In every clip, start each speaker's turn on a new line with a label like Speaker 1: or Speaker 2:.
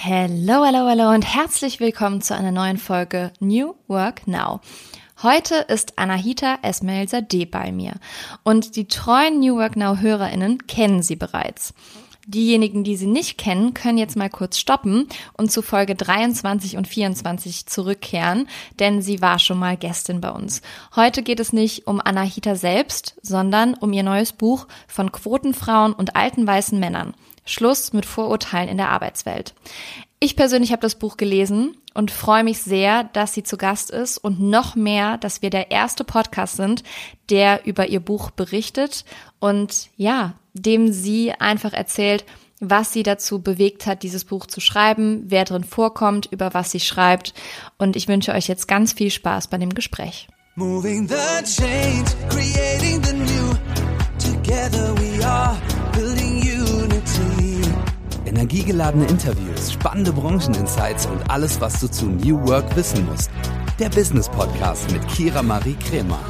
Speaker 1: Hello, hello, hello und herzlich willkommen zu einer neuen Folge New Work Now. Heute ist Anahita Esmail Sadeh bei mir und die treuen New Work Now HörerInnen kennen sie bereits. Diejenigen, die sie nicht kennen, können jetzt mal kurz stoppen und zu Folge 23 und 24 zurückkehren, denn sie war schon mal Gästin bei uns. Heute geht es nicht um Anahita selbst, sondern um ihr neues Buch von Quotenfrauen und alten weißen Männern. Schluss mit Vorurteilen in der Arbeitswelt. Ich persönlich habe das Buch gelesen und freue mich sehr, dass sie zu Gast ist und noch mehr, dass wir der erste Podcast sind, der über ihr Buch berichtet und ja, dem sie einfach erzählt, was sie dazu bewegt hat, dieses Buch zu schreiben, wer drin vorkommt, über was sie schreibt. Und ich wünsche euch jetzt ganz viel Spaß bei dem Gespräch. Moving the change, creating the new. Together we are building unity.
Speaker 2: Energiegeladene Interviews, spannende Brancheninsights und alles, was du zu New Work wissen musst. Der Business Podcast mit Kira Marie Kremer.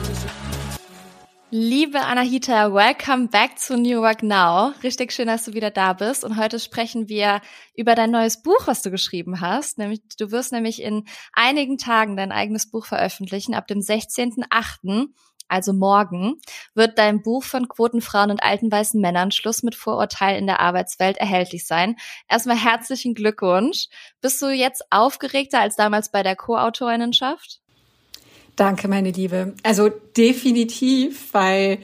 Speaker 1: Liebe Anahita, welcome back zu New Work Now. Richtig schön, dass du wieder da bist. Und heute sprechen wir über dein neues Buch, was du geschrieben hast. Du wirst nämlich in einigen Tagen dein eigenes Buch veröffentlichen. Ab dem 16.08., also morgen, wird dein Buch von Quotenfrauen und alten weißen Männern Schluss mit Vorurteilen in der Arbeitswelt erhältlich sein. Erstmal herzlichen Glückwunsch. Bist du jetzt aufgeregter als damals bei der Co-Autorinnenschaft?
Speaker 3: Danke, meine Liebe. Also definitiv, weil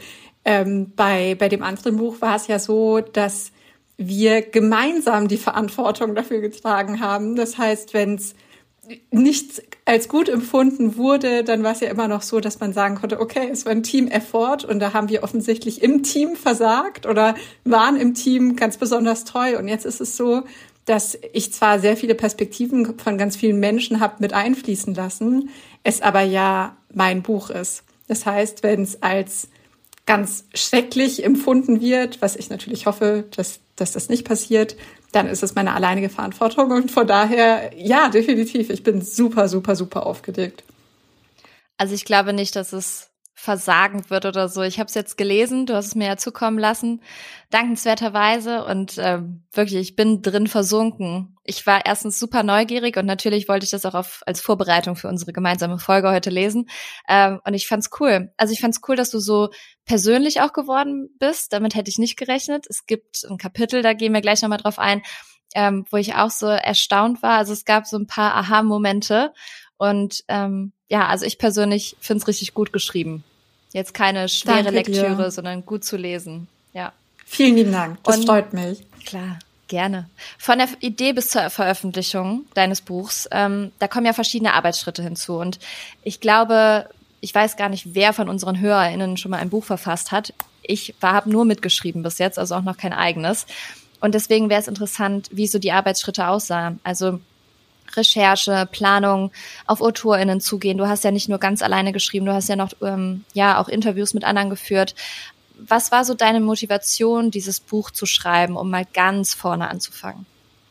Speaker 3: bei dem anderen Buch war es ja so, dass wir gemeinsam die Verantwortung dafür getragen haben. Das heißt, wenn es nicht als gut empfunden wurde, dann war es ja immer noch so, dass man sagen konnte, okay, es war ein Team-Effort und da haben wir offensichtlich im Team versagt oder waren im Team ganz besonders treu. Und jetzt ist es so, dass ich zwar sehr viele Perspektiven von ganz vielen Menschen habe mit einfließen lassen, es aber ja mein Buch ist. Das heißt, wenn es als ganz schrecklich empfunden wird, was ich natürlich hoffe, dass das nicht passiert, dann ist es meine alleinige Verantwortung. Und von daher, ja, definitiv, ich bin super, super, super aufgeregt.
Speaker 1: Also ich glaube nicht, dass es versagen wird oder so. Ich habe es jetzt gelesen, du hast es mir ja zukommen lassen, dankenswerterweise und wirklich, ich bin drin versunken. Ich war erstens super neugierig und natürlich wollte ich das auch als Vorbereitung für unsere gemeinsame Folge heute lesen und ich fand's cool. Also ich fand's cool, dass du so persönlich auch geworden bist, damit hätte ich nicht gerechnet. Es gibt ein Kapitel, da gehen wir gleich nochmal drauf ein, wo ich auch so erstaunt war. Also es gab so ein paar Aha-Momente und ja, also ich persönlich finde es richtig gut geschrieben. Jetzt keine schwere Lektüre, sondern gut zu lesen. Ja.
Speaker 3: Vielen lieben Dank, das freut mich.
Speaker 1: Klar, gerne. Von der Idee bis zur Veröffentlichung deines Buchs, da kommen ja verschiedene Arbeitsschritte hinzu. Und ich glaube, ich weiß gar nicht, wer von unseren HörerInnen schon mal ein Buch verfasst hat. Ich habe nur mitgeschrieben bis jetzt, also auch noch kein eigenes. Und deswegen wäre es interessant, wie so die Arbeitsschritte aussahen. Also Recherche, Planung, auf AutorInnen zugehen. Du hast ja nicht nur ganz alleine geschrieben, du hast ja noch auch Interviews mit anderen geführt. Was war so deine Motivation, dieses Buch zu schreiben, um mal ganz vorne anzufangen?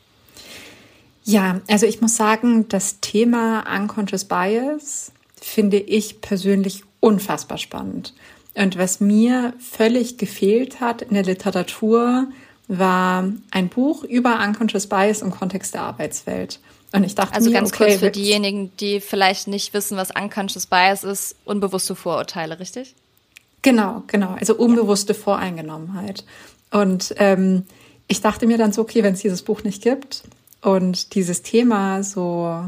Speaker 3: Ja, also ich muss sagen, das Thema Unconscious Bias finde ich persönlich unfassbar spannend. Und was mir völlig gefehlt hat in der Literatur, war ein Buch über Unconscious Bias im Kontext der Arbeitswelt. Und ich dachte
Speaker 1: also ganz kurz für diejenigen, die vielleicht nicht wissen, was Unconscious Bias ist, unbewusste Vorurteile, richtig?
Speaker 3: Genau. Also unbewusste Voreingenommenheit. Und ich dachte mir dann so, okay, wenn es dieses Buch nicht gibt und dieses Thema so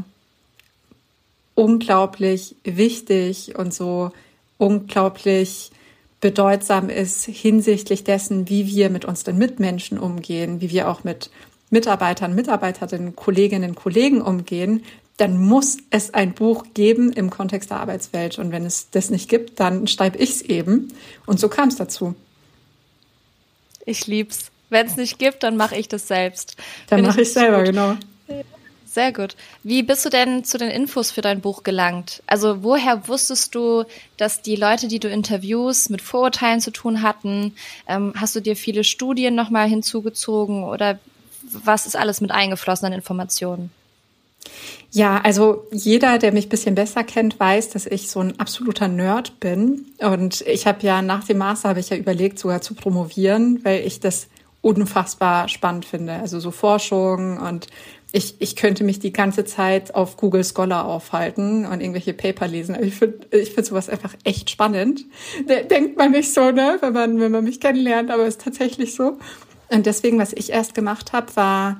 Speaker 3: unglaublich wichtig und so unglaublich bedeutsam ist hinsichtlich dessen, wie wir mit unseren Mitmenschen umgehen, wie wir auch mit Mitarbeitern, Mitarbeiterinnen, Kolleginnen, Kollegen umgehen, dann muss es ein Buch geben im Kontext der Arbeitswelt. Und wenn es das nicht gibt, dann schreibe ich es eben. Und so kam es dazu.
Speaker 1: Ich lieb's. Wenn es nicht gibt, dann mache ich das selbst.
Speaker 3: Dann mache ich selber, genau.
Speaker 1: Sehr gut. Wie bist du denn zu den Infos für dein Buch gelangt? Also woher wusstest du, dass die Leute, die du interviewst, mit Vorurteilen zu tun hatten? Hast du dir viele Studien nochmal hinzugezogen oder was ist alles mit eingeflossen an Informationen?
Speaker 3: Ja, also jeder, der mich ein bisschen besser kennt, weiß, dass ich so ein absoluter Nerd bin. Und ich habe ja nach dem Master überlegt, sogar zu promovieren, weil ich das unfassbar spannend finde. Also so Forschung und ich könnte mich die ganze Zeit auf Google Scholar aufhalten und irgendwelche Paper lesen. Ich finde sowas einfach echt spannend. Denkt man nicht so, ne, wenn man mich kennenlernt, aber es ist tatsächlich so. Und deswegen, was ich erst gemacht habe, war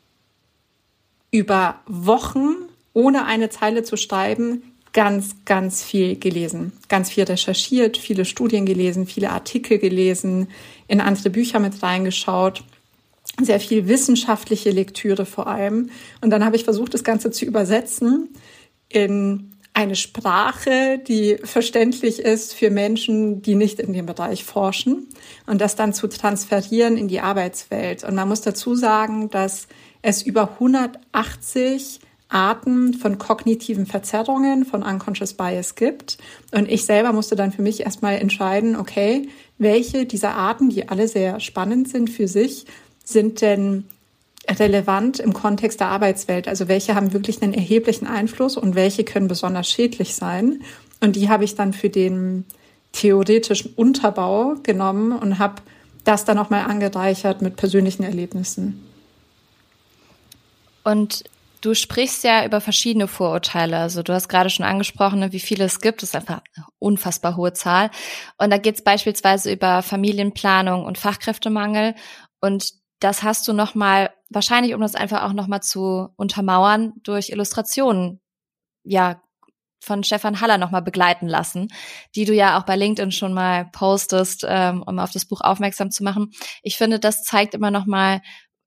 Speaker 3: über Wochen, ohne eine Zeile zu schreiben, ganz, ganz viel gelesen, ganz viel recherchiert, viele Studien gelesen, viele Artikel gelesen, in andere Bücher mit reingeschaut, sehr viel wissenschaftliche Lektüre vor allem. Und dann habe ich versucht, das Ganze zu übersetzen in eine Sprache, die verständlich ist für Menschen, die nicht in dem Bereich forschen, und das dann zu transferieren in die Arbeitswelt. Und man muss dazu sagen, dass es über 180 Arten von kognitiven Verzerrungen, von Unconscious Bias gibt. Und ich selber musste dann für mich erstmal entscheiden, okay, welche dieser Arten, die alle sehr spannend sind für sich, sind denn relevant im Kontext der Arbeitswelt? Also welche haben wirklich einen erheblichen Einfluss und welche können besonders schädlich sein? Und die habe ich dann für den theoretischen Unterbau genommen und habe das dann nochmal angereichert mit persönlichen Erlebnissen.
Speaker 1: Und du sprichst ja über verschiedene Vorurteile. Also du hast gerade schon angesprochen, wie viele es gibt. Das ist einfach eine unfassbar hohe Zahl. Und da geht es beispielsweise über Familienplanung und Fachkräftemangel. Und das hast du nochmal, wahrscheinlich um das einfach auch nochmal zu untermauern, durch Illustrationen, ja, von Stefan Haller nochmal begleiten lassen, die du ja auch bei LinkedIn schon mal postest, um auf das Buch aufmerksam zu machen. Ich finde, das zeigt immer nochmal,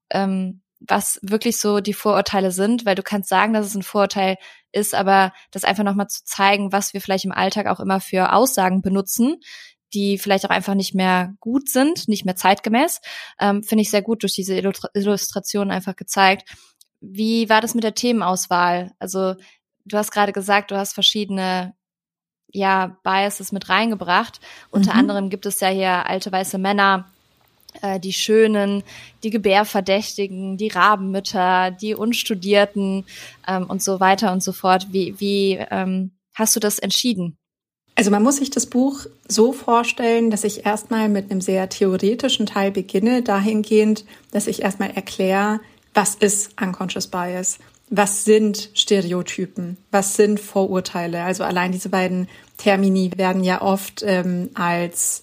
Speaker 1: was wirklich so die Vorurteile sind, weil du kannst sagen, dass es ein Vorurteil ist, aber das einfach nochmal zu zeigen, was wir vielleicht im Alltag auch immer für Aussagen benutzen, die vielleicht auch einfach nicht mehr gut sind, nicht mehr zeitgemäß, finde ich sehr gut durch diese Illustration einfach gezeigt. Wie war das mit der Themenauswahl? Also du hast gerade gesagt, du hast verschiedene Biases mit reingebracht. Unter anderem gibt es ja hier alte weiße Männer, die Schönen, die Gebärverdächtigen, die Rabenmütter, die Unstudierten und so weiter und so fort. Wie hast du das entschieden?
Speaker 3: Also man muss sich das Buch so vorstellen, dass ich erstmal mit einem sehr theoretischen Teil beginne, dahingehend, dass ich erstmal erkläre, was ist Unconscious Bias? Was sind Stereotypen? Was sind Vorurteile? Also allein diese beiden Termini werden ja oft als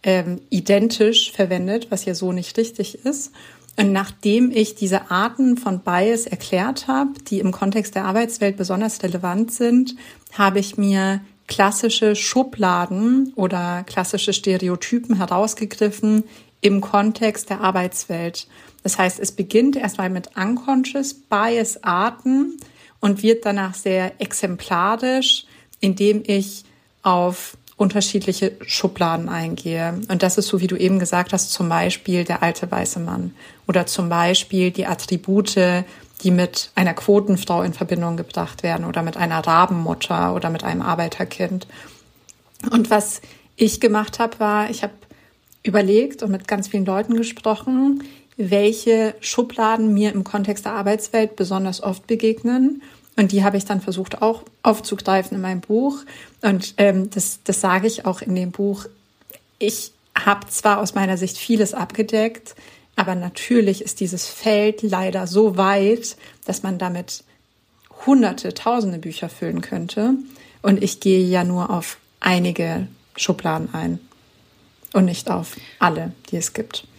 Speaker 3: identisch verwendet, was ja so nicht richtig ist. Und nachdem ich diese Arten von Bias erklärt habe, die im Kontext der Arbeitswelt besonders relevant sind, habe ich mir klassische Schubladen oder klassische Stereotypen herausgegriffen im Kontext der Arbeitswelt. Das heißt, es beginnt erstmal mit Unconscious Bias Arten und wird danach sehr exemplarisch, indem ich auf unterschiedliche Schubladen eingehe. Und das ist so, wie du eben gesagt hast, zum Beispiel der alte weiße Mann oder zum Beispiel die Attribute, die mit einer Quotenfrau in Verbindung gebracht werden oder mit einer Rabenmutter oder mit einem Arbeiterkind. Und was ich gemacht habe, war, ich habe überlegt und mit ganz vielen Leuten gesprochen, welche Schubladen mir im Kontext der Arbeitswelt besonders oft begegnen. Und die habe ich dann versucht auch aufzugreifen in meinem Buch. Und das sage ich auch in dem Buch. Ich habe zwar aus meiner Sicht vieles abgedeckt, aber natürlich ist dieses Feld leider so weit, dass man damit hunderte, tausende Bücher füllen könnte. Und ich gehe ja nur auf einige Schubladen ein und nicht auf alle, die es gibt.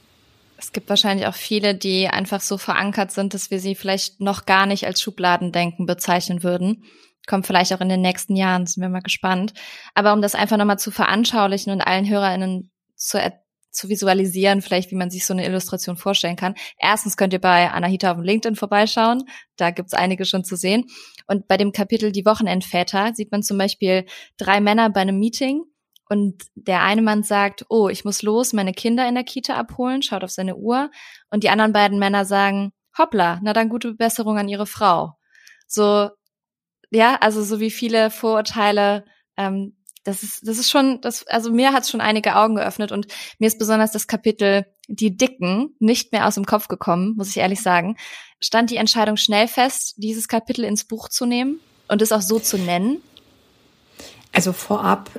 Speaker 1: Es gibt wahrscheinlich auch viele, die einfach so verankert sind, dass wir sie vielleicht noch gar nicht als Schubladendenken bezeichnen würden. Kommt vielleicht auch in den nächsten Jahren, sind wir mal gespannt. Aber um das einfach nochmal zu veranschaulichen und allen HörerInnen zu visualisieren, vielleicht wie man sich so eine Illustration vorstellen kann. Erstens könnt ihr bei Anahita auf LinkedIn vorbeischauen, da gibt's einige schon zu sehen. Und bei dem Kapitel Die Wochenendväter sieht man zum Beispiel 3 Männer bei einem Meeting und der eine Mann sagt, oh, ich muss los, meine Kinder in der Kita abholen, schaut auf seine Uhr und die anderen beiden Männer sagen, hoppla, na dann gute Besserung an ihre Frau. So, ja, also so wie viele Vorurteile, das ist schon, also mir hat's schon einige Augen geöffnet und mir ist besonders das Kapitel Die Dicken nicht mehr aus dem Kopf gekommen, muss ich ehrlich sagen. Stand die Entscheidung schnell fest, dieses Kapitel ins Buch zu nehmen und es auch so zu nennen?
Speaker 3: Also vorab,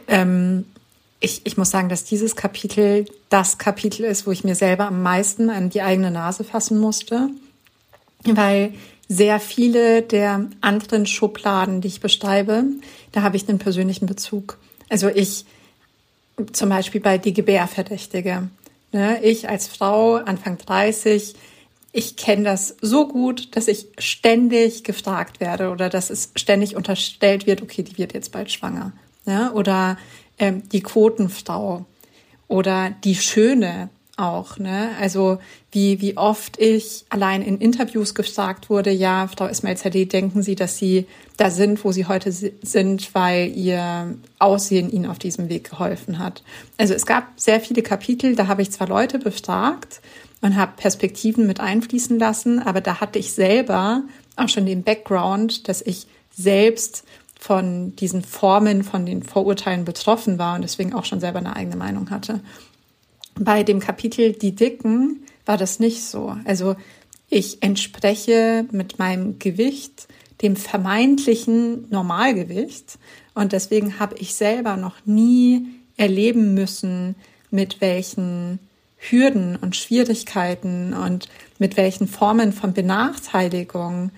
Speaker 3: ich muss sagen, dass dieses Kapitel das Kapitel ist, wo ich mir selber am meisten an die eigene Nase fassen musste. weil sehr viele der anderen Schubladen, die ich beschreibe, da habe ich einen persönlichen Bezug. Also ich zum Beispiel bei die Gebärverdächtige. Ne? Ich als Frau, Anfang 30, ich kenne das so gut, dass ich ständig gefragt werde oder dass es ständig unterstellt wird, okay, die wird jetzt bald schwanger. Ne? Oder die Quotenfrau oder die Schöne auch. Ne? Also wie oft ich allein in Interviews gefragt wurde, ja, Frau Esmail-Zadeh, denken Sie, dass Sie da sind, wo Sie heute sind, weil Ihr Aussehen Ihnen auf diesem Weg geholfen hat. Also es gab sehr viele Kapitel, da habe ich zwar Leute befragt und habe Perspektiven mit einfließen lassen, aber da hatte ich selber auch schon den Background, dass ich selbst von diesen Formen, von den Vorurteilen betroffen war und deswegen auch schon selber eine eigene Meinung hatte. Bei dem Kapitel Die Dicken war das nicht so. Also ich entspreche mit meinem Gewicht dem vermeintlichen Normalgewicht und deswegen habe ich selber noch nie erleben müssen, mit welchen Hürden und Schwierigkeiten und mit welchen Formen von Benachteiligung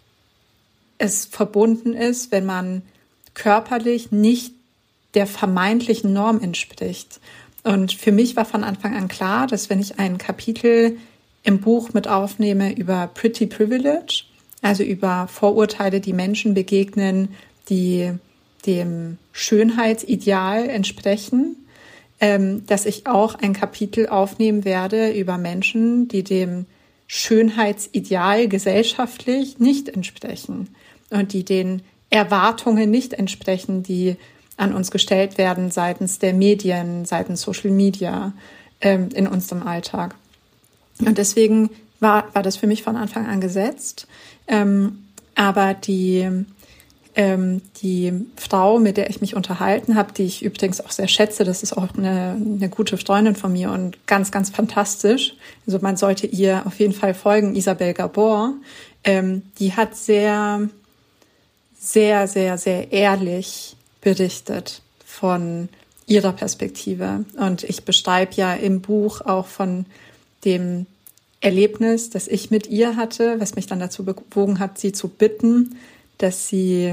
Speaker 3: es verbunden ist, wenn man körperlich nicht der vermeintlichen Norm entspricht. Und für mich war von Anfang an klar, dass wenn ich ein Kapitel im Buch mit aufnehme über Pretty Privilege, also über Vorurteile, die Menschen begegnen, die dem Schönheitsideal entsprechen, dass ich auch ein Kapitel aufnehmen werde über Menschen, die dem Schönheitsideal gesellschaftlich nicht entsprechen und die den Erwartungen nicht entsprechen, die an uns gestellt werden seitens der Medien, seitens Social Media in unserem Alltag. Und deswegen war das für mich von Anfang an gesetzt. Aber die Frau, mit der ich mich unterhalten habe, die ich übrigens auch sehr schätze, das ist auch eine gute Freundin von mir und ganz, ganz fantastisch. Also man sollte ihr auf jeden Fall folgen, Isabelle Gabor. Die hat sehr, sehr, sehr, sehr ehrlich berichtet von ihrer Perspektive. Und ich beschreibe ja im Buch auch von dem Erlebnis, das ich mit ihr hatte, was mich dann dazu bewogen hat, sie zu bitten, dass sie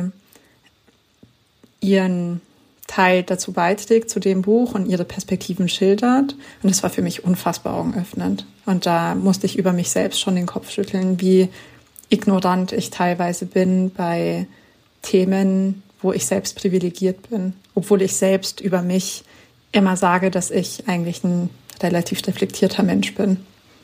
Speaker 3: ihren Teil dazu beiträgt, zu dem Buch und ihre Perspektiven schildert. Und das war für mich unfassbar augenöffnend. Und da musste ich über mich selbst schon den Kopf schütteln, wie ignorant ich teilweise bin bei Themen, wo ich selbst privilegiert bin, obwohl ich selbst über mich immer sage, dass ich eigentlich ein relativ reflektierter Mensch bin.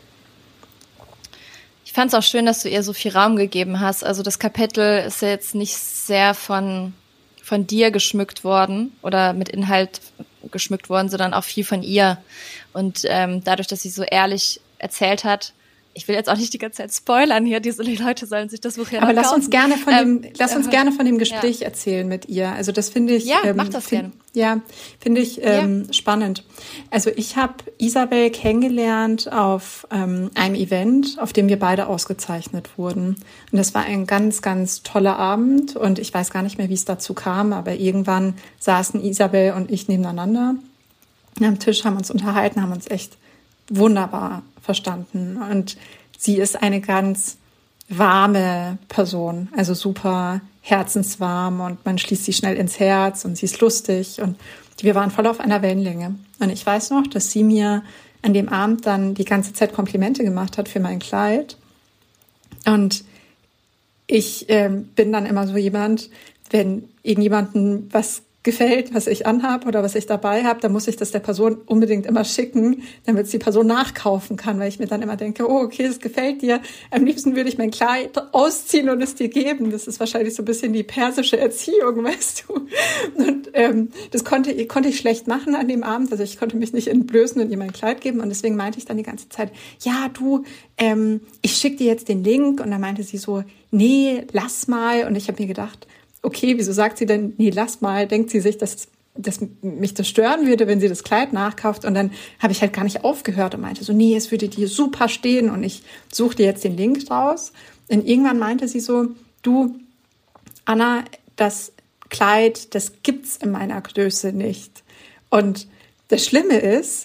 Speaker 1: Ich fand es auch schön, dass du ihr so viel Raum gegeben hast. Also das Kapitel ist ja jetzt nicht sehr von dir geschmückt worden oder mit Inhalt geschmückt worden, sondern auch viel von ihr. Und dadurch, dass sie so ehrlich erzählt hat, ich will jetzt auch nicht die ganze Zeit spoilern hier, die Leute sollen sich das Buch ja noch kaufen.
Speaker 3: Aber lass uns gerne von dem Gespräch erzählen mit ihr. Also das finde ich...
Speaker 1: Ja, mach das gerne.
Speaker 3: Ja, finde ich spannend. Also ich habe Isabel kennengelernt auf einem Event, auf dem wir beide ausgezeichnet wurden. Und das war ein ganz, ganz toller Abend. Und ich weiß gar nicht mehr, wie es dazu kam, aber irgendwann saßen Isabel und ich nebeneinander am Tisch, haben uns unterhalten, haben uns echt wunderbar verstanden. Und sie ist eine ganz warme Person, also super herzenswarm und man schließt sie schnell ins Herz und sie ist lustig und wir waren voll auf einer Wellenlänge. Und ich weiß noch, dass sie mir an dem Abend dann die ganze Zeit Komplimente gemacht hat für mein Kleid. Und ich bin dann immer so jemand, wenn irgendjemandem was gefällt, was ich anhabe oder was ich dabei habe, dann muss ich das der Person unbedingt immer schicken, damit es die Person nachkaufen kann, weil ich mir dann immer denke, oh, okay, es gefällt dir. Am liebsten würde ich mein Kleid ausziehen und es dir geben. Das ist wahrscheinlich so ein bisschen die persische Erziehung, weißt du. Und das konnte ich schlecht machen an dem Abend. Also ich konnte mich nicht entblößen und ihr mein Kleid geben. Und deswegen meinte ich dann die ganze Zeit, ja, du, ich schicke dir jetzt den Link. Und dann meinte sie so, nee, lass mal. Und ich habe mir gedacht, okay, wieso sagt sie denn, nee, lass mal, denkt sie sich, dass mich das stören würde, wenn sie das Kleid nachkauft. Und dann habe ich halt gar nicht aufgehört und meinte so, nee, es würde dir super stehen und ich suche dir jetzt den Link raus. Und irgendwann meinte sie so, du, Anna, das Kleid, das gibt's in meiner Größe nicht. Und das Schlimme ist,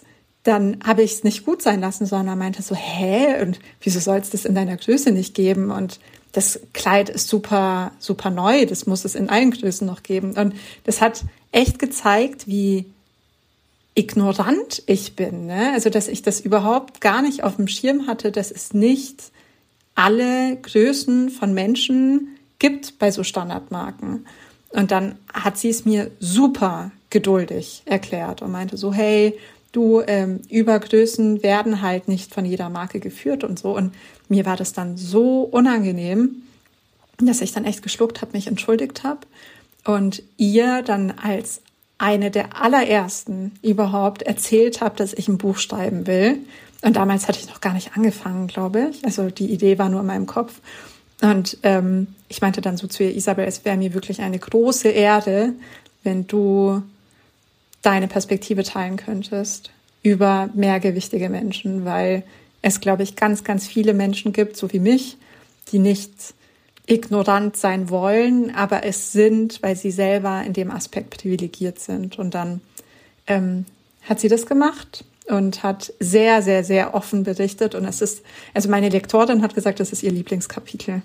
Speaker 3: dann habe ich es nicht gut sein lassen, sondern meinte so, hä? Und wieso soll es das in deiner Größe nicht geben? Und das Kleid ist super, super neu, das muss es in allen Größen noch geben. Und das hat echt gezeigt, wie ignorant ich bin, ne? Also, dass ich das überhaupt gar nicht auf dem Schirm hatte, dass es nicht alle Größen von Menschen gibt bei so Standardmarken. Und dann hat sie es mir super geduldig erklärt und meinte so, hey, du, Übergrößen werden halt nicht von jeder Marke geführt und so. Und mir war das dann so unangenehm, dass ich dann echt geschluckt habe, mich entschuldigt habe und ihr dann als eine der allerersten überhaupt erzählt habe, dass ich ein Buch schreiben will. Und damals hatte ich noch gar nicht angefangen, glaube ich. Also die Idee war nur in meinem Kopf. Und ich meinte dann so zu ihr, Isabel, es wäre mir wirklich eine große Ehre, wenn du deine Perspektive teilen könntest über mehrgewichtige Menschen, weil es, glaube ich, ganz, ganz viele Menschen gibt, so wie mich, die nicht ignorant sein wollen, aber es sind, weil sie selber in dem Aspekt privilegiert sind. Und dann hat sie das gemacht und hat sehr, sehr, sehr offen berichtet. Und es ist, also meine Lektorin hat gesagt, das ist ihr Lieblingskapitel.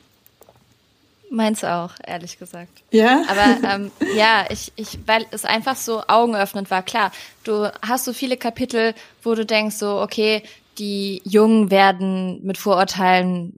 Speaker 1: Meins auch, ehrlich gesagt.
Speaker 3: Ja?
Speaker 1: Aber ja, weil es einfach so augenöffnend war. Klar, du hast so viele Kapitel, wo du denkst so, okay, die Jungen werden mit Vorurteilen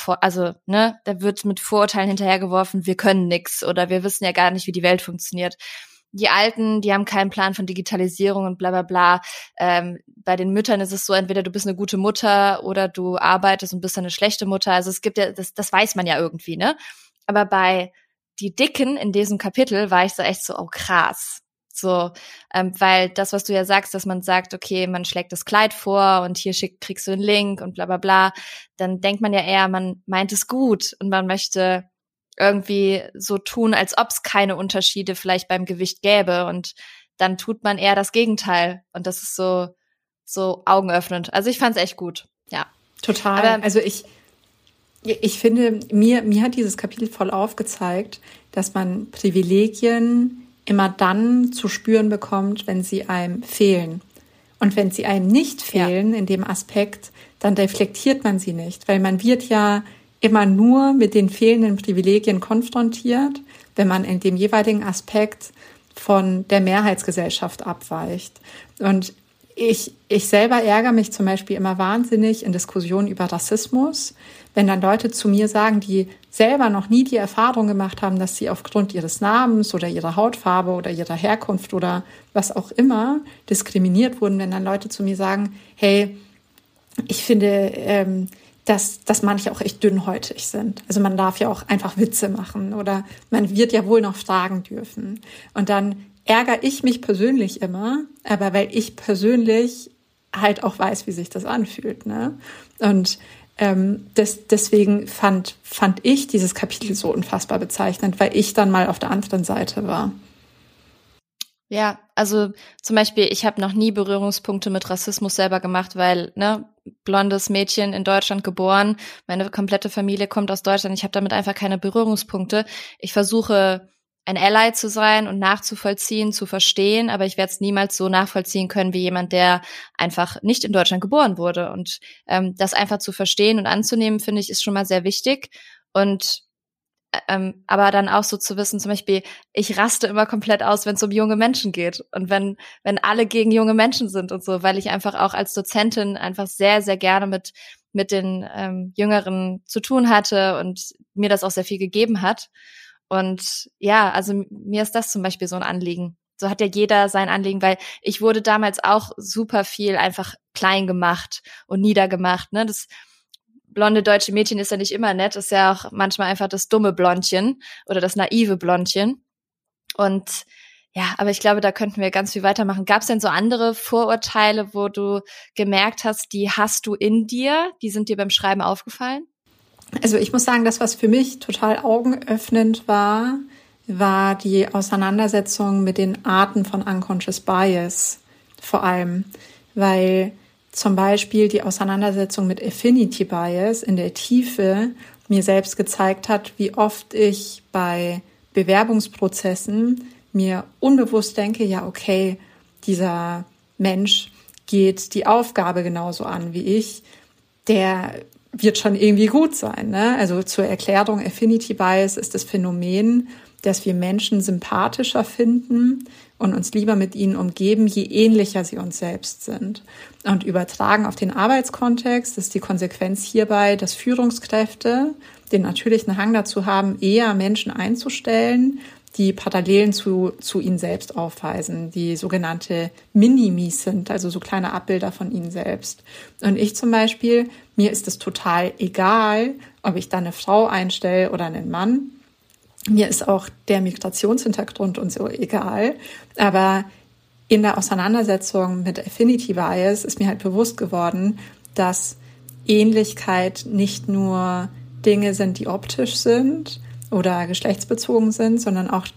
Speaker 1: da wird mit Vorurteilen hinterhergeworfen, wir können nix oder wir wissen ja gar nicht, wie die Welt funktioniert. Die Alten, die haben keinen Plan von Digitalisierung und bla bla bla. Bei den Müttern ist es so, entweder du bist eine gute Mutter oder du arbeitest und bist eine schlechte Mutter. Also es gibt ja, das weiß man ja irgendwie, ne? Aber bei die Dicken in diesem Kapitel war ich so echt so, oh krass. So, weil das, was du ja sagst, dass man sagt, okay, man schlägt das Kleid vor und hier kriegst du den Link und bla bla bla, dann denkt man ja eher, man meint es gut und man möchte irgendwie so tun, als ob es keine Unterschiede vielleicht beim Gewicht gäbe und dann tut man eher das Gegenteil und das ist so augenöffnend. Also ich fand's echt gut, ja.
Speaker 3: Total. Aber also ich finde, mir hat dieses Kapitel voll aufgezeigt, dass man Privilegien immer dann zu spüren bekommt, wenn sie einem fehlen. Und wenn sie einem nicht fehlen in dem Aspekt, dann reflektiert man sie nicht, weil man wird ja immer nur mit den fehlenden Privilegien konfrontiert, wenn man in dem jeweiligen Aspekt von der Mehrheitsgesellschaft abweicht. Und ich selber ärgere mich zum Beispiel immer wahnsinnig in Diskussionen über Rassismus, wenn dann Leute zu mir sagen, die selber noch nie die Erfahrung gemacht haben, dass sie aufgrund ihres Namens oder ihrer Hautfarbe oder ihrer Herkunft oder was auch immer diskriminiert wurden, wenn dann Leute zu mir sagen, hey, ich finde, dass manche auch echt dünnhäutig sind. Also man darf ja auch einfach Witze machen oder man wird ja wohl noch fragen dürfen. Und dann ärgere ich mich persönlich immer, aber weil ich persönlich halt auch weiß, wie sich das anfühlt, ne? Und deswegen fand ich dieses Kapitel so unfassbar bezeichnend, weil ich dann mal auf der anderen Seite war.
Speaker 1: Ja, also zum Beispiel, ich habe noch nie Berührungspunkte mit Rassismus selber gemacht, weil, ne, blondes Mädchen in Deutschland geboren, meine komplette Familie kommt aus Deutschland, ich habe damit einfach keine Berührungspunkte. Ich versuche, ein Ally zu sein und nachzuvollziehen, zu verstehen, aber ich werde es niemals so nachvollziehen können wie jemand, der einfach nicht in Deutschland geboren wurde. Und das einfach zu verstehen und anzunehmen, finde ich, ist schon mal sehr wichtig. Und aber dann auch so zu wissen, zum Beispiel, ich raste immer komplett aus, wenn es um junge Menschen geht und wenn alle gegen junge Menschen sind und so, weil ich einfach auch als Dozentin einfach sehr, sehr gerne mit den Jüngeren zu tun hatte und mir das auch sehr viel gegeben hat. Und ja, also mir ist das zum Beispiel so ein Anliegen. So hat ja jeder sein Anliegen, weil ich wurde damals auch super viel einfach klein gemacht und niedergemacht, ne? Das blonde deutsche Mädchen ist ja nicht immer nett, ist ja auch manchmal einfach das dumme Blondchen oder das naive Blondchen. Und ja, aber ich glaube, da könnten wir ganz viel weitermachen. Gab es denn so andere Vorurteile, wo du gemerkt hast, die hast du in dir, die sind dir beim Schreiben aufgefallen?
Speaker 3: Also ich muss sagen, das, was für mich total augenöffnend war die Auseinandersetzung mit den Arten von Unconscious Bias vor allem, weil zum Beispiel die Auseinandersetzung mit Affinity Bias in der Tiefe mir selbst gezeigt hat, wie oft ich bei Bewerbungsprozessen mir unbewusst denke, ja okay, dieser Mensch geht die Aufgabe genauso an wie ich, der wird schon irgendwie gut sein, ne? Also zur Erklärung, Affinity Bias ist das Phänomen, dass wir Menschen sympathischer finden und uns lieber mit ihnen umgeben, je ähnlicher sie uns selbst sind. Und übertragen auf den Arbeitskontext ist die Konsequenz hierbei, dass Führungskräfte den natürlichen Hang dazu haben, eher Menschen einzustellen, die Parallelen zu ihnen selbst aufweisen, die sogenannte Minimis sind, also so kleine Abbilder von ihnen selbst. Und ich zum Beispiel, mir ist es total egal, ob ich da eine Frau einstelle oder einen Mann. Mir ist auch der Migrationshintergrund und so egal. Aber in der Auseinandersetzung mit Affinity Bias ist mir halt bewusst geworden, dass Ähnlichkeit nicht nur Dinge sind, die optisch sind oder geschlechtsbezogen sind, sondern auch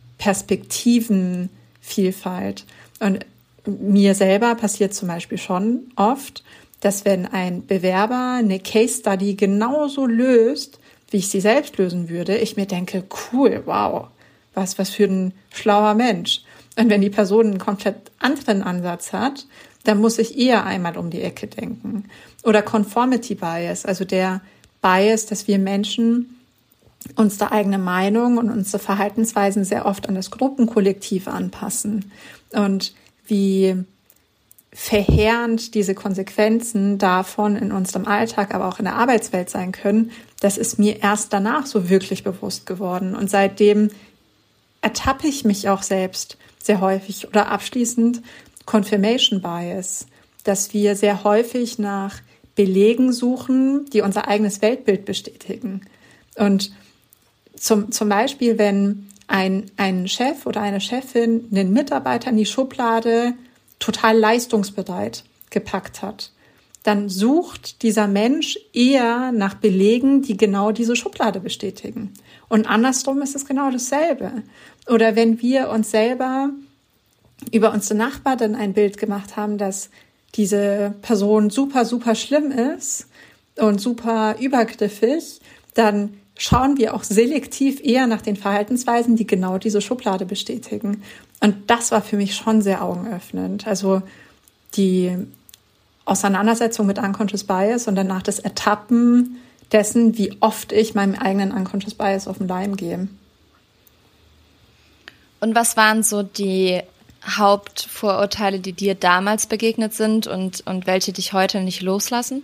Speaker 3: Perspektivenvielfalt. Und mir selber passiert zum Beispiel schon oft, dass wenn ein Bewerber eine Case Study genauso löst, wie ich sie selbst lösen würde, ich mir denke, cool, wow, was für ein schlauer Mensch. Und wenn die Person einen komplett anderen Ansatz hat, dann muss ich eher einmal um die Ecke denken. Oder Conformity Bias, also der Bias, dass wir Menschen unsere eigene Meinung und unsere Verhaltensweisen sehr oft an das Gruppenkollektiv anpassen. Und wie verheerend diese Konsequenzen davon in unserem Alltag, aber auch in der Arbeitswelt sein können, das ist mir erst danach so wirklich bewusst geworden. Und seitdem ertappe ich mich auch selbst sehr häufig oder abschließend Confirmation Bias, dass wir sehr häufig nach Belegen suchen, die unser eigenes Weltbild bestätigen. Und zum Beispiel, wenn ein Chef oder eine Chefin einen Mitarbeiter in die Schublade total leistungsbereit gepackt hat, dann sucht dieser Mensch eher nach Belegen, die genau diese Schublade bestätigen. Und andersrum ist es genau dasselbe. Oder wenn wir uns selber über unsere Nachbarin ein Bild gemacht haben, dass diese Person super, super schlimm ist und super übergriffig, dann schauen wir auch selektiv eher nach den Verhaltensweisen, die genau diese Schublade bestätigen. Und das war für mich schon sehr augenöffnend. Also die Auseinandersetzung mit Unconscious Bias und danach das Ertappen dessen, wie oft ich meinem eigenen Unconscious Bias auf den Leim gehe.
Speaker 1: Und was waren so die Hauptvorurteile, die dir damals begegnet sind und welche dich heute nicht loslassen?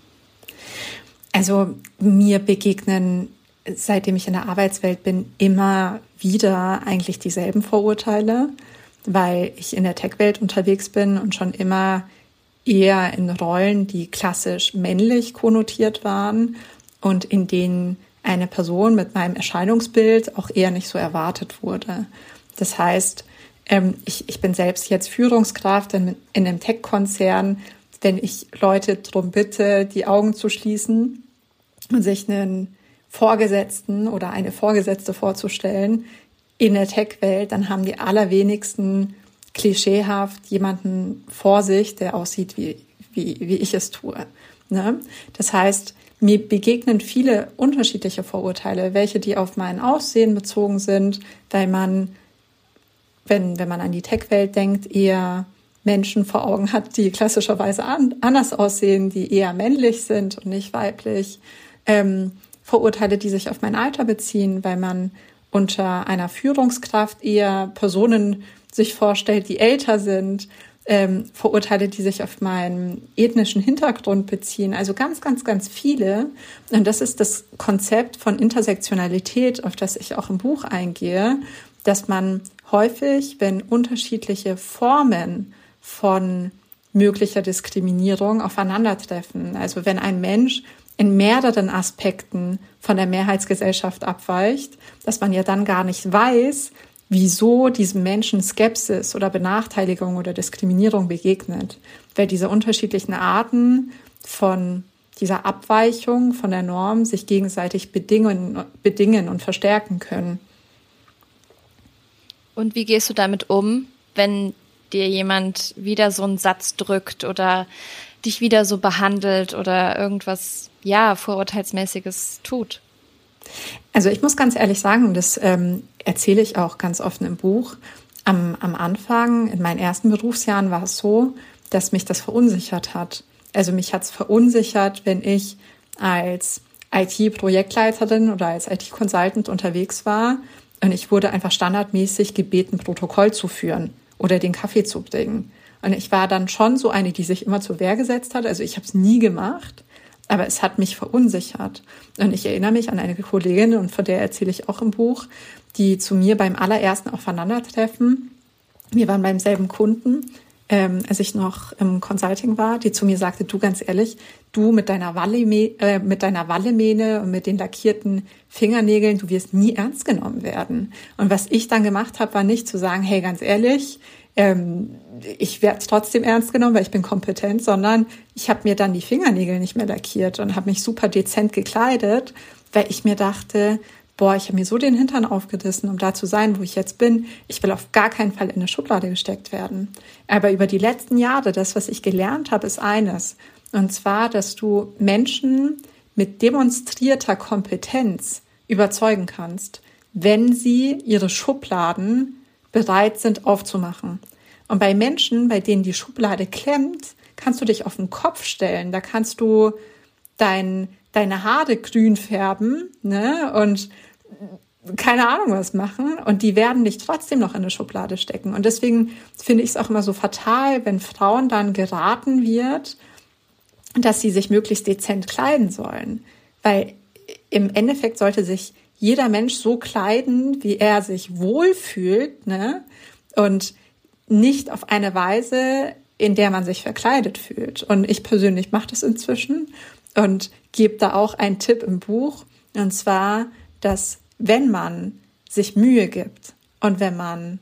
Speaker 3: Also mir begegnen, seitdem ich in der Arbeitswelt bin, immer wieder eigentlich dieselben Vorurteile, weil ich in der Tech-Welt unterwegs bin und schon immer eher in Rollen, die klassisch männlich konnotiert waren und in denen eine Person mit meinem Erscheinungsbild auch eher nicht so erwartet wurde. Das heißt, ich bin selbst jetzt Führungskraft in einem Tech-Konzern. Wenn ich Leute darum bitte, die Augen zu schließen und sich einen Vorgesetzten oder eine Vorgesetzte vorzustellen in der Tech-Welt, dann haben die allerwenigsten klischeehaft jemanden vor sich, der aussieht, wie ich es tue. Ne? Das heißt, mir begegnen viele unterschiedliche Vorurteile, welche die auf mein Aussehen bezogen sind, weil man, wenn man an die Tech-Welt denkt, eher Menschen vor Augen hat, die klassischerweise anders aussehen, die eher männlich sind und nicht weiblich. Vorurteile, die sich auf mein Alter beziehen, weil man unter einer Führungskraft eher Personen sich vorstellt, die älter sind. Vorurteile, die sich auf meinen ethnischen Hintergrund beziehen. Also ganz, ganz, ganz viele. Und das ist das Konzept von Intersektionalität, auf das ich auch im Buch eingehe, dass man häufig, wenn unterschiedliche Formen von möglicher Diskriminierung aufeinandertreffen, also wenn ein Mensch in mehreren Aspekten von der Mehrheitsgesellschaft abweicht, dass man ja dann gar nicht weiß, wieso diesem Menschen Skepsis oder Benachteiligung oder Diskriminierung begegnet, weil diese unterschiedlichen Arten von dieser Abweichung von der Norm sich gegenseitig bedingen und verstärken können.
Speaker 1: Und wie gehst du damit um, wenn dir jemand wieder so einen Satz drückt oder dich wieder so behandelt oder irgendwas, Vorurteilsmäßiges tut?
Speaker 3: Also ich muss ganz ehrlich sagen, das erzähle ich auch ganz offen im Buch. Am Anfang, in meinen ersten Berufsjahren, war es so, dass mich das verunsichert hat. Also mich hat es verunsichert, wenn ich als IT-Projektleiterin oder als IT-Consultant unterwegs war und ich wurde einfach standardmäßig gebeten, Protokoll zu führen oder den Kaffee zu bringen. Und ich war dann schon so eine, die sich immer zur Wehr gesetzt hat. Also ich habe es nie gemacht, aber es hat mich verunsichert. Und ich erinnere mich an eine Kollegin, und von der erzähle ich auch im Buch, die zu mir beim allerersten Aufeinandertreffen, wir waren beim selben Kunden, als ich noch im Consulting war, die zu mir sagte, du, ganz ehrlich, du mit deiner Wallemähne und mit den lackierten Fingernägeln, du wirst nie ernst genommen werden. Und was ich dann gemacht habe, war nicht zu sagen, hey, ganz ehrlich, ich werde trotzdem ernst genommen, weil ich bin kompetent, sondern ich habe mir dann die Fingernägel nicht mehr lackiert und habe mich super dezent gekleidet, weil ich mir dachte, boah, ich habe mir so den Hintern aufgerissen, um da zu sein, wo ich jetzt bin. Ich will auf gar keinen Fall in eine Schublade gesteckt werden. Aber über die letzten Jahre, das, was ich gelernt habe, ist eines. Und zwar, dass du Menschen mit demonstrierter Kompetenz überzeugen kannst, wenn sie ihre Schubladen bereit sind aufzumachen. Und bei Menschen, bei denen die Schublade klemmt, kannst du dich auf den Kopf stellen. Da kannst du deine Haare grün färben, ne, und keine Ahnung was machen, und die werden dich trotzdem noch in eine Schublade stecken. Und deswegen finde ich es auch immer so fatal, wenn Frauen dann geraten wird, dass sie sich möglichst dezent kleiden sollen. Weil im Endeffekt sollte sich jeder Mensch so kleiden, wie er sich wohlfühlt, ne, und nicht auf eine Weise, in der man sich verkleidet fühlt. Und ich persönlich mache das inzwischen und gebe da auch einen Tipp im Buch, und zwar, dass wenn man sich Mühe gibt und wenn man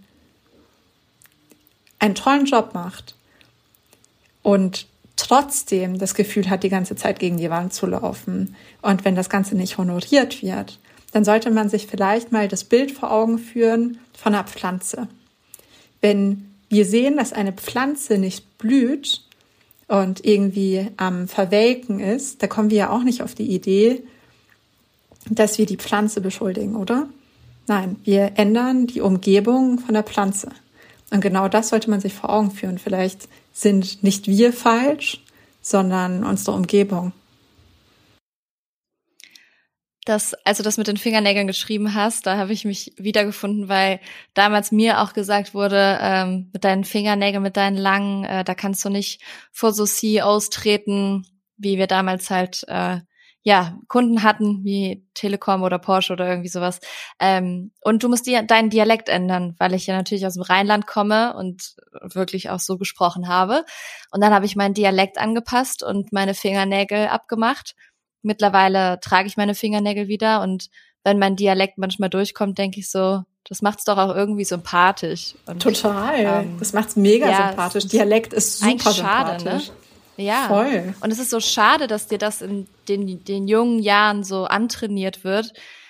Speaker 3: einen tollen Job macht und trotzdem das Gefühl hat, die ganze Zeit gegen die Wand zu laufen, und wenn das Ganze nicht honoriert wird, dann sollte man sich vielleicht mal das Bild vor Augen führen von einer Pflanze. Wenn wir sehen, dass eine Pflanze nicht blüht und irgendwie am Verwelken ist, da kommen wir ja auch nicht auf die Idee, dass wir die Pflanze beschuldigen, oder? Nein, wir ändern die Umgebung von der Pflanze. Und genau das sollte man sich vor Augen führen. Vielleicht sind nicht wir falsch, sondern unsere Umgebung.
Speaker 1: Als du das mit den Fingernägeln geschrieben hast, da habe ich mich wiedergefunden, weil damals mir auch gesagt wurde, mit deinen Fingernägeln, mit deinen langen, da kannst du nicht vor so CEOs treten, wie wir damals halt Kunden hatten, wie Telekom oder Porsche oder irgendwie sowas. Und du musst deinen Dialekt ändern, weil ich ja natürlich aus dem Rheinland komme und wirklich auch so gesprochen habe. Und dann habe ich meinen Dialekt angepasst und meine Fingernägel abgemacht. Mittlerweile trage ich meine Fingernägel wieder, und wenn mein Dialekt manchmal durchkommt, denke ich so, das macht's doch auch irgendwie sympathisch. Und,
Speaker 3: total. Das macht's mega sympathisch. Dialekt ist super
Speaker 1: schade,
Speaker 3: sympathisch.
Speaker 1: Ne? Ja. Voll. Und es ist so schade, dass dir das in den jungen Jahren so antrainiert wird,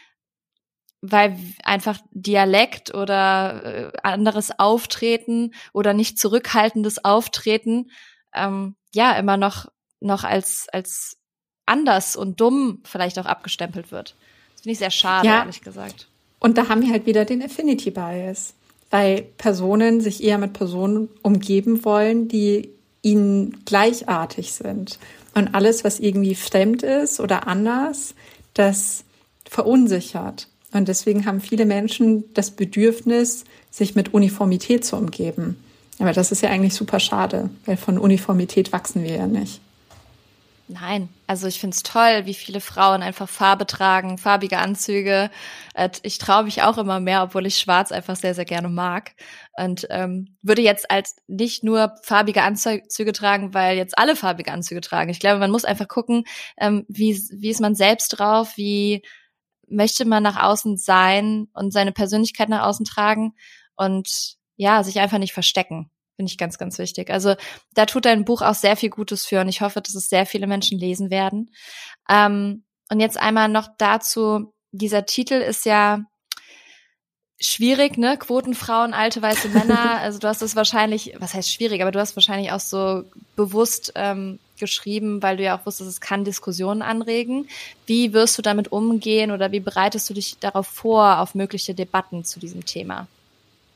Speaker 1: weil einfach Dialekt oder anderes Auftreten oder nicht zurückhaltendes Auftreten immer noch als anders und dumm vielleicht auch abgestempelt wird. Das finde ich sehr schade, ehrlich gesagt.
Speaker 3: Und da haben wir halt wieder den Affinity Bias, weil Personen sich eher mit Personen umgeben wollen, die ihnen gleichartig sind. Und alles, was irgendwie fremd ist oder anders, das verunsichert. Und deswegen haben viele Menschen das Bedürfnis, sich mit Uniformität zu umgeben. Aber das ist ja eigentlich super schade, weil von Uniformität wachsen wir ja nicht.
Speaker 1: Nein, also ich find's toll, wie viele Frauen einfach Farbe tragen, farbige Anzüge. Ich traue mich auch immer mehr, obwohl ich Schwarz einfach sehr, sehr gerne mag. Und würde jetzt als nicht nur farbige Anzüge tragen, weil jetzt alle farbige Anzüge tragen. Ich glaube, man muss einfach gucken, wie ist man selbst drauf, wie möchte man nach außen sein und seine Persönlichkeit nach außen tragen und sich einfach nicht verstecken. Finde ich ganz, ganz wichtig. Also da tut dein Buch auch sehr viel Gutes für, und ich hoffe, dass es sehr viele Menschen lesen werden. Und jetzt einmal noch dazu, dieser Titel ist ja schwierig, ne? Quotenfrauen, alte weiße Männer. Also du hast es wahrscheinlich, was heißt schwierig, aber du hast wahrscheinlich auch so bewusst geschrieben, weil du ja auch wusstest, es kann Diskussionen anregen. Wie wirst du damit umgehen oder wie bereitest du dich darauf vor, auf mögliche Debatten zu diesem Thema?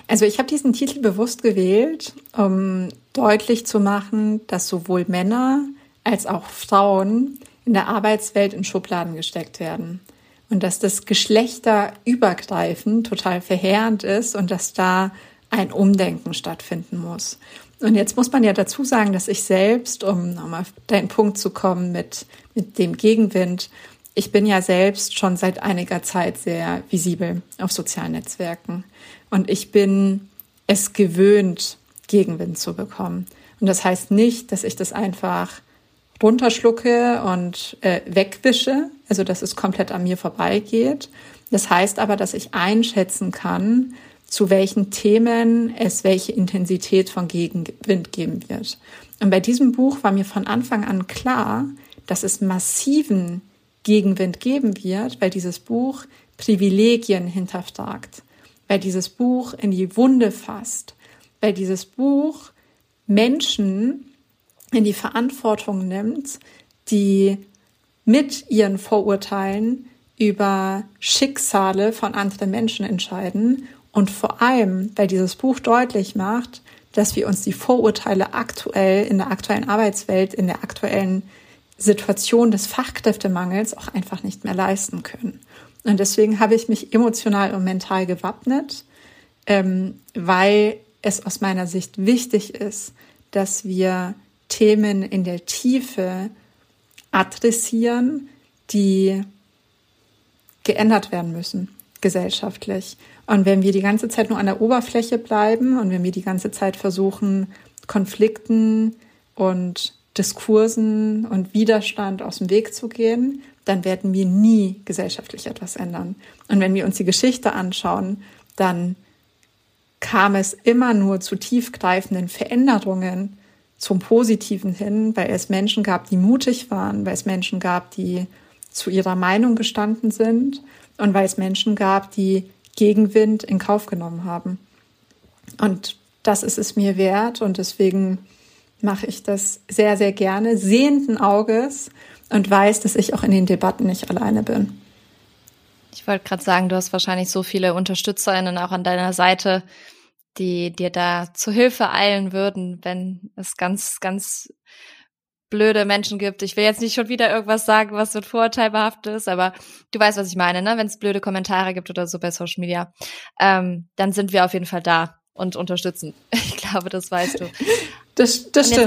Speaker 3: Also ich habe diesen Titel bewusst gewählt, um deutlich zu machen, dass sowohl Männer als auch Frauen in der Arbeitswelt in Schubladen gesteckt werden. Und dass das geschlechterübergreifend total verheerend ist und dass da ein Umdenken stattfinden muss. Und jetzt muss man ja dazu sagen, dass ich selbst, um nochmal auf deinen Punkt zu kommen mit dem Gegenwind, ich bin ja selbst schon seit einiger Zeit sehr visibel auf sozialen Netzwerken. Und ich bin es gewöhnt, Gegenwind zu bekommen. Und das heißt nicht, dass ich das einfach runterschlucke und wegwische, also dass es komplett an mir vorbeigeht. Das heißt aber, dass ich einschätzen kann, zu welchen Themen es welche Intensität von Gegenwind geben wird. Und bei diesem Buch war mir von Anfang an klar, dass es massiven Gegenwind geben wird, weil dieses Buch Privilegien hinterfragt, weil dieses Buch in die Wunde fasst, weil dieses Buch Menschen in die Verantwortung nimmt, die mit ihren Vorurteilen über Schicksale von anderen Menschen entscheiden und vor allem, weil dieses Buch deutlich macht, dass wir uns die Vorurteile aktuell in der aktuellen Arbeitswelt, in der aktuellen Situation des Fachkräftemangels auch einfach nicht mehr leisten können. Und deswegen habe ich mich emotional und mental gewappnet, weil es aus meiner Sicht wichtig ist, dass wir Themen in der Tiefe adressieren, die geändert werden müssen, gesellschaftlich. Und wenn wir die ganze Zeit nur an der Oberfläche bleiben und wenn wir die ganze Zeit versuchen, Konflikten und Diskursen und Widerstand aus dem Weg zu gehen, dann werden wir nie gesellschaftlich etwas ändern. Und wenn wir uns die Geschichte anschauen, dann kam es immer nur zu tiefgreifenden Veränderungen zum Positiven hin, weil es Menschen gab, die mutig waren, weil es Menschen gab, die zu ihrer Meinung gestanden sind und weil es Menschen gab, die Gegenwind in Kauf genommen haben. Und das ist es mir wert und deswegen mache ich das sehr, sehr gerne, sehenden Auges und weiß, dass ich auch in den Debatten nicht alleine bin.
Speaker 1: Ich wollte gerade sagen, du hast wahrscheinlich so viele UnterstützerInnen auch an deiner Seite, die dir da zu Hilfe eilen würden, wenn es ganz, ganz blöde Menschen gibt. Ich will jetzt nicht schon wieder irgendwas sagen, was mit Vorurteil behaftet ist, aber du weißt, was ich meine, ne? Wenn es blöde Kommentare gibt oder so bei Social Media, dann sind wir auf jeden Fall da und unterstützen. Ich glaube, das weißt du.
Speaker 3: Das stimmt.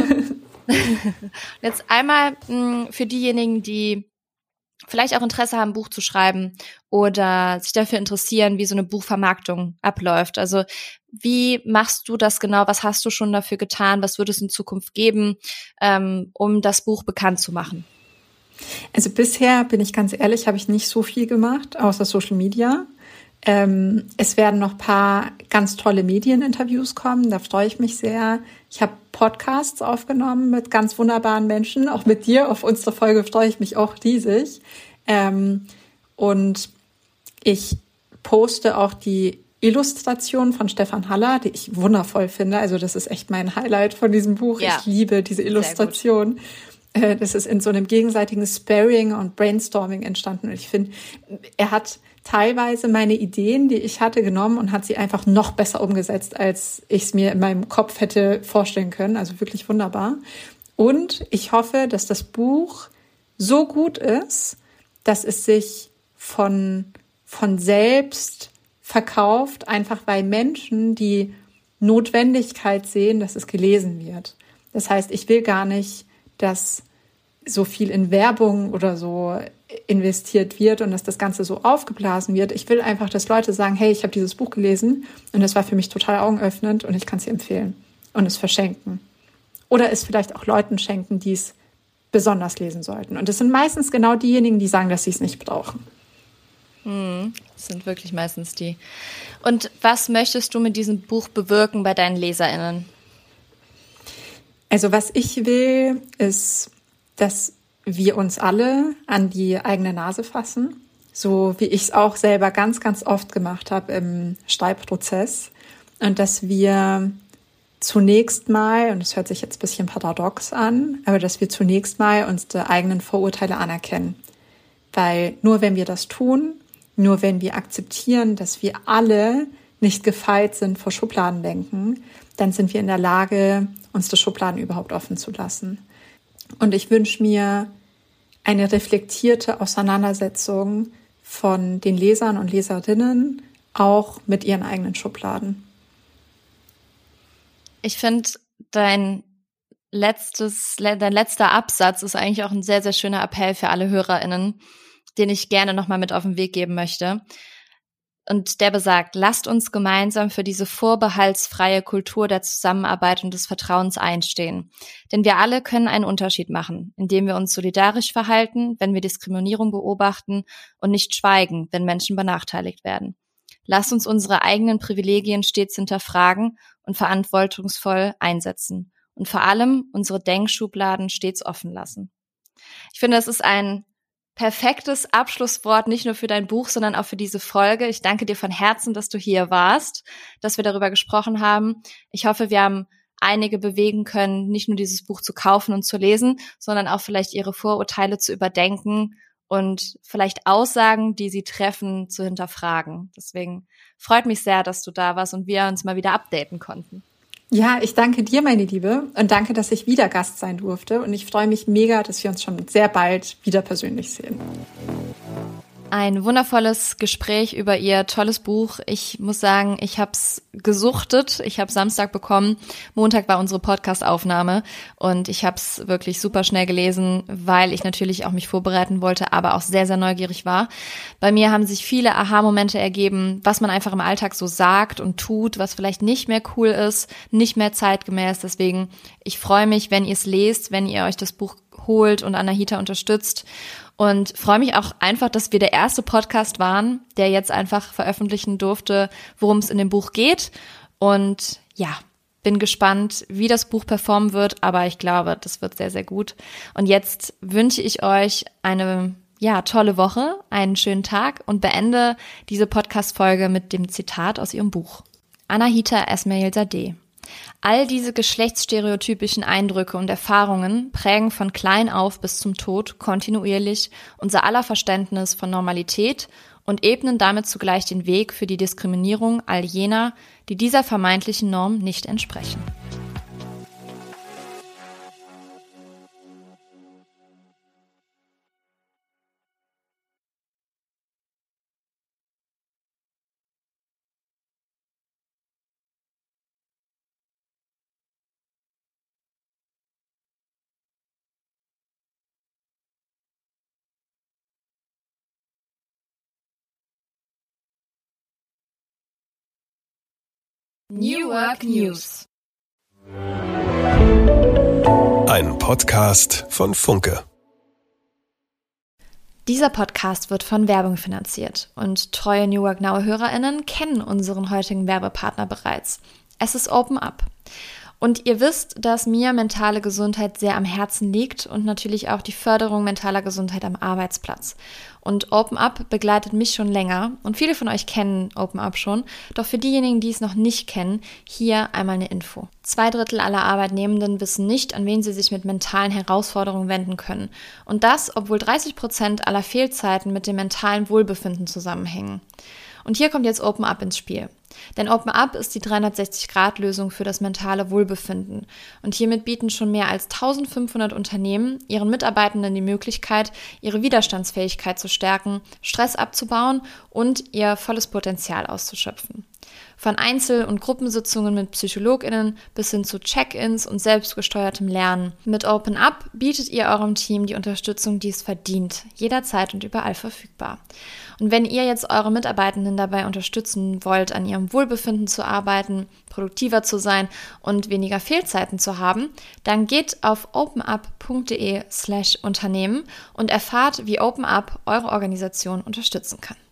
Speaker 1: Jetzt einmal für diejenigen, die vielleicht auch Interesse haben, ein Buch zu schreiben oder sich dafür interessieren, wie so eine Buchvermarktung abläuft. Also wie machst du das genau? Was hast du schon dafür getan? Was würde es in Zukunft geben, um das Buch bekannt zu machen?
Speaker 3: Also bisher, bin ich ganz ehrlich, habe ich nicht so viel gemacht, außer Social Media. Es werden noch ein paar ganz tolle Medieninterviews kommen, da freue ich mich sehr. Ich habe Podcasts aufgenommen mit ganz wunderbaren Menschen, auch mit dir. Auf unsere Folge freue ich mich auch riesig. Und ich poste auch die Illustration von Stefan Haller, die ich wundervoll finde. Also das ist echt mein Highlight von diesem Buch. Ja, ich liebe diese Illustration. Das ist in so einem gegenseitigen Sparring und Brainstorming entstanden. Und ich finde, er hat teilweise meine Ideen, die ich hatte, genommen und hat sie einfach noch besser umgesetzt, als ich es mir in meinem Kopf hätte vorstellen können. Also wirklich wunderbar. Und ich hoffe, dass das Buch so gut ist, dass es sich von selbst verkauft, einfach weil Menschen die Notwendigkeit sehen, dass es gelesen wird. Das heißt, ich will gar nicht, dass so viel in Werbung oder so investiert wird und dass das Ganze so aufgeblasen wird. Ich will einfach, dass Leute sagen, hey, ich habe dieses Buch gelesen und das war für mich total augenöffnend und ich kann es dir empfehlen und es verschenken. Oder es vielleicht auch Leuten schenken, die es besonders lesen sollten. Und das sind meistens genau diejenigen, die sagen, dass sie es nicht brauchen.
Speaker 1: Das sind wirklich meistens die. Und was möchtest du mit diesem Buch bewirken bei deinen LeserInnen?
Speaker 3: Also was ich will, ist, dass wir uns alle an die eigene Nase fassen, so wie ich es auch selber ganz, ganz oft gemacht habe im Schreibprozess. Und dass wir zunächst mal, und das hört sich jetzt ein bisschen paradox an, aber dass wir zunächst mal unsere eigenen Vorurteile anerkennen. Weil nur wenn wir das tun, nur wenn wir akzeptieren, dass wir alle nicht gefeit sind vor Schubladendenken, dann sind wir in der Lage, unsere Schubladen überhaupt offen zu lassen. Und ich wünsche mir eine reflektierte Auseinandersetzung von den Lesern und Leserinnen auch mit ihren eigenen Schubladen.
Speaker 1: Ich finde, dein letzter Absatz ist eigentlich auch ein sehr, sehr schöner Appell für alle HörerInnen, den ich gerne nochmal mit auf den Weg geben möchte. Und der besagt, lasst uns gemeinsam für diese vorbehaltsfreie Kultur der Zusammenarbeit und des Vertrauens einstehen. Denn wir alle können einen Unterschied machen, indem wir uns solidarisch verhalten, wenn wir Diskriminierung beobachten und nicht schweigen, wenn Menschen benachteiligt werden. Lasst uns unsere eigenen Privilegien stets hinterfragen und verantwortungsvoll einsetzen. Und vor allem unsere Denkschubladen stets offen lassen. Ich finde, es ist ein perfektes Abschlusswort, nicht nur für dein Buch, sondern auch für diese Folge. Ich danke dir von Herzen, dass du hier warst, dass wir darüber gesprochen haben. Ich hoffe, wir haben einige bewegen können, nicht nur dieses Buch zu kaufen und zu lesen, sondern auch vielleicht ihre Vorurteile zu überdenken und vielleicht Aussagen, die sie treffen, zu hinterfragen. Deswegen freut mich sehr, dass du da warst und wir uns mal wieder updaten konnten.
Speaker 3: Ja, ich danke dir, meine Liebe, und danke, dass ich wieder Gast sein durfte. Und ich freue mich mega, dass wir uns schon sehr bald wieder persönlich sehen.
Speaker 1: Ein wundervolles Gespräch über ihr tolles Buch. Ich muss sagen, ich habe es gesuchtet. Ich habe Samstag bekommen. Montag war unsere Podcast-Aufnahme und ich habe es wirklich super schnell gelesen, weil ich natürlich auch mich vorbereiten wollte, aber auch sehr, sehr neugierig war. Bei mir haben sich viele Aha-Momente ergeben, was man einfach im Alltag so sagt und tut, was vielleicht nicht mehr cool ist, nicht mehr zeitgemäß. Deswegen, ich freue mich, wenn ihr es lest, wenn ihr euch das Buch holt und Anahita unterstützt. Und freue mich auch einfach, dass wir der erste Podcast waren, der jetzt einfach veröffentlichen durfte, worum es in dem Buch geht. Und ja, bin gespannt, wie das Buch performen wird, aber ich glaube, das wird sehr, sehr gut. Und jetzt wünsche ich euch eine tolle Woche, einen schönen Tag und beende diese Podcast-Folge mit dem Zitat aus ihrem Buch. Anahita Esmailzadeh. All diese geschlechtsstereotypischen Eindrücke und Erfahrungen prägen von klein auf bis zum Tod kontinuierlich unser aller Verständnis von Normalität und ebnen damit zugleich den Weg für die Diskriminierung all jener, die dieser vermeintlichen Norm nicht entsprechen. New Work News.
Speaker 4: Ein Podcast von Funke.
Speaker 1: Dieser Podcast wird von Werbung finanziert und treue New Work Now HörerInnen kennen unseren heutigen Werbepartner bereits. Es ist OpenUp. Und ihr wisst, dass mir mentale Gesundheit sehr am Herzen liegt und natürlich auch die Förderung mentaler Gesundheit am Arbeitsplatz. Und OpenUp begleitet mich schon länger und viele von euch kennen OpenUp schon. Doch für diejenigen, die es noch nicht kennen, hier einmal eine Info. 2/3 aller Arbeitnehmenden wissen nicht, an wen sie sich mit mentalen Herausforderungen wenden können. Und das, obwohl 30% aller Fehlzeiten mit dem mentalen Wohlbefinden zusammenhängen. Und hier kommt jetzt OpenUp ins Spiel. Denn OpenUp ist die 360-Grad-Lösung für das mentale Wohlbefinden. Und hiermit bieten schon mehr als 1500 Unternehmen ihren Mitarbeitenden die Möglichkeit, ihre Widerstandsfähigkeit zu stärken, Stress abzubauen und ihr volles Potenzial auszuschöpfen. Von Einzel- und Gruppensitzungen mit PsychologInnen bis hin zu Check-ins und selbstgesteuertem Lernen. Mit OpenUp bietet ihr eurem Team die Unterstützung, die es verdient, jederzeit und überall verfügbar. Und wenn ihr jetzt eure Mitarbeitenden dabei unterstützen wollt, an ihrem Wohlbefinden zu arbeiten, produktiver zu sein und weniger Fehlzeiten zu haben, dann geht auf openup.de/Unternehmen und erfahrt, wie OpenUp eure Organisation unterstützen kann.